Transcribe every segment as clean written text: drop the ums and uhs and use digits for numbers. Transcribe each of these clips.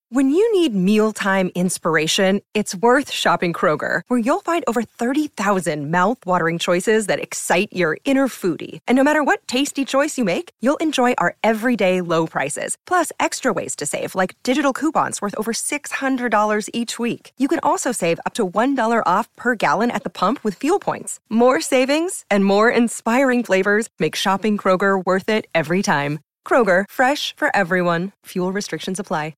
When you need mealtime inspiration, it's worth shopping Kroger, where you'll find over 30,000 mouth-watering choices that excite your inner foodie. And no matter what tasty choice you make, you'll enjoy our everyday low prices, plus extra ways to save, like digital coupons worth over $600 each week. You can also save up to $1 off per gallon at the pump with fuel points. More savings and more inspiring flavors make shopping Kroger worth it every time. Kroger, fresh for everyone. Fuel restrictions apply.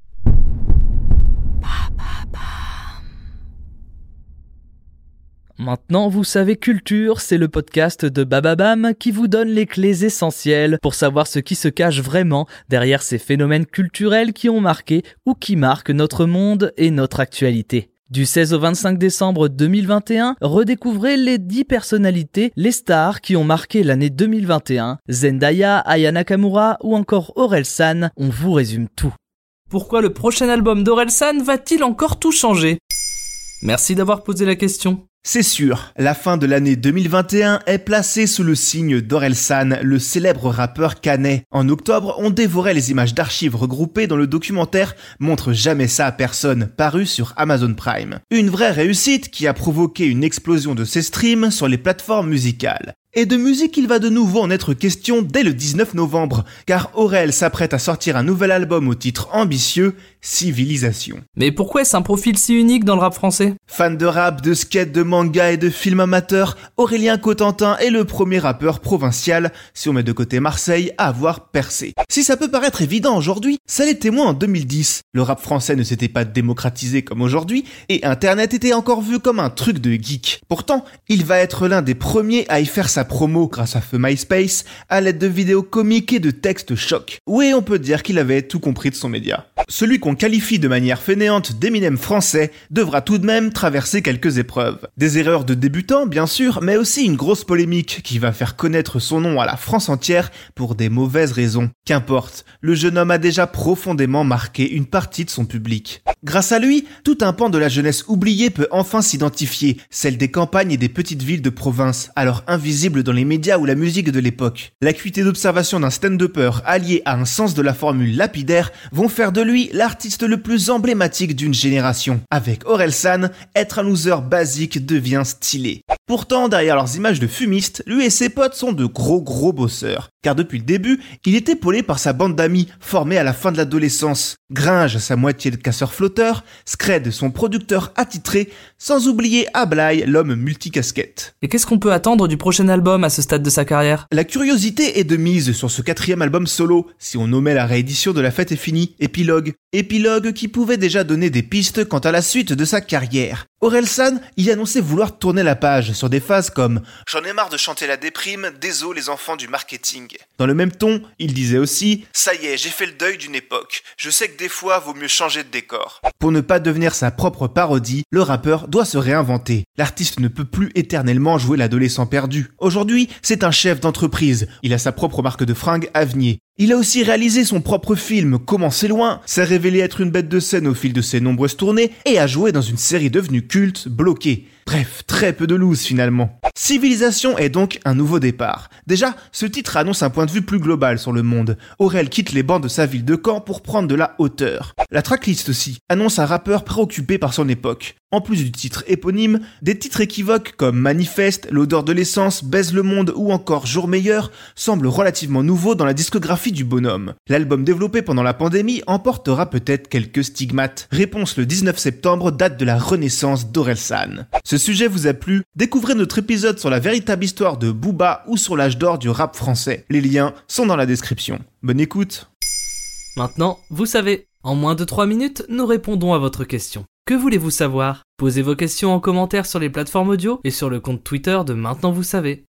Maintenant, vous savez culture, c'est le podcast de Bababam qui vous donne les clés essentielles pour savoir ce qui se cache vraiment derrière ces phénomènes culturels qui ont marqué ou qui marquent notre monde et notre actualité. Du 16 au 25 décembre 2021, redécouvrez les 10 personnalités, les stars qui ont marqué l'année 2021. Zendaya, Aya Nakamura ou encore Orelsan, on vous résume tout. Pourquoi le prochain album d'Orelsan va-t-il encore tout changer ? Merci d'avoir posé la question. C'est sûr, la fin de l'année 2021 est placée sous le signe d'Orelsan, le célèbre rappeur canet. En octobre, on dévorait les images d'archives regroupées dans le documentaire Montre jamais ça à personne, paru sur Amazon Prime. Une vraie réussite qui a provoqué une explosion de ses streams sur les plateformes musicales. Et de musique, il va de nouveau en être question dès le 19 novembre, car Aurel s'apprête à sortir un nouvel album au titre ambitieux, Civilisation. Mais pourquoi est-ce un profil si unique dans le rap français ? Fan de rap, de skate, de manga et de films amateurs, Aurélien Cotentin est le premier rappeur provincial, si on met de côté Marseille, à avoir percé. Si ça peut paraître évident aujourd'hui, ça l'était moins en 2010. Le rap français ne s'était pas démocratisé comme aujourd'hui, et Internet était encore vu comme un truc de geek. Pourtant, il va être l'un des premiers à y faire sa promo grâce à feu MySpace, à l'aide de vidéos comiques et de textes chocs. Oui, on peut dire qu'il avait tout compris de son média. Celui qu'on qualifie de manière fainéante d'Eminem français devra tout de même traverser quelques épreuves. Des erreurs de débutant, bien sûr, mais aussi une grosse polémique qui va faire connaître son nom à la France entière pour des mauvaises raisons. Qu'importe, le jeune homme a déjà profondément marqué une partie de son public. Grâce à lui, tout un pan de la jeunesse oubliée peut enfin s'identifier, celle des campagnes et des petites villes de province, alors invisibles dans les médias ou la musique de l'époque. L'acuité d'observation d'un stand-upper allié à un sens de la formule lapidaire vont faire de lui l'artiste le plus emblématique d'une génération. Avec Orelsan, être un loser basique devient stylé. Pourtant, derrière leurs images de fumistes, lui et ses potes sont de gros bosseurs. Car depuis le début, il est épaulé par sa bande d'amis, formée à la fin de l'adolescence. Gringe, sa moitié de casseur-flotteur, Scred, son producteur attitré, sans oublier Ablai, l'homme multicasquette. Et qu'est-ce qu'on peut attendre du prochain album à ce stade de sa carrière ? La curiosité est de mise sur ce 4e album solo, si on nommait la réédition de La Fête est finie, Épilogue. Épilogue qui pouvait déjà donner des pistes quant à la suite de sa carrière. Orelsan y annonçait vouloir tourner la page sur des phases comme « J'en ai marre de chanter la déprime, désolé les enfants du marketing ». Dans le même ton, il disait aussi « Ça y est, j'ai fait le deuil d'une époque. Je sais que des fois, vaut mieux changer de décor ». Pour ne pas devenir sa propre parodie, le rappeur doit se réinventer. L'artiste ne peut plus éternellement jouer l'adolescent perdu. Aujourd'hui, c'est un chef d'entreprise. Il a sa propre marque de fringues, Avenir. Il a aussi réalisé son propre film, Comment c'est loin, s'est révélé être une bête de scène au fil de ses nombreuses tournées et a joué dans une série devenue culte, Bloqué. Bref, très peu de loose finalement. Civilisation est donc un nouveau départ. Déjà, ce titre annonce un point de vue plus global sur le monde. Aurel quitte les bancs de sa ville de Caen pour prendre de la hauteur. La tracklist aussi annonce un rappeur préoccupé par son époque. En plus du titre éponyme, des titres équivoques comme Manifeste, L'odeur de l'essence, Baise le monde ou encore Jour meilleur semblent relativement nouveaux dans la discographie du bonhomme. L'album développé pendant la pandémie emportera peut-être quelques stigmates. Réponse le 19 septembre, date de la renaissance d'Orelsan. Ce sujet vous a plu ? Découvrez notre épisode sur la véritable histoire de Booba ou sur l'âge d'or du rap français. Les liens sont dans la description. Bonne écoute. Maintenant, vous savez, en moins de 3 minutes, nous répondons à votre question. Que voulez-vous savoir ? Posez vos questions en commentaire sur les plateformes audio et sur le compte Twitter de Maintenant Vous Savez.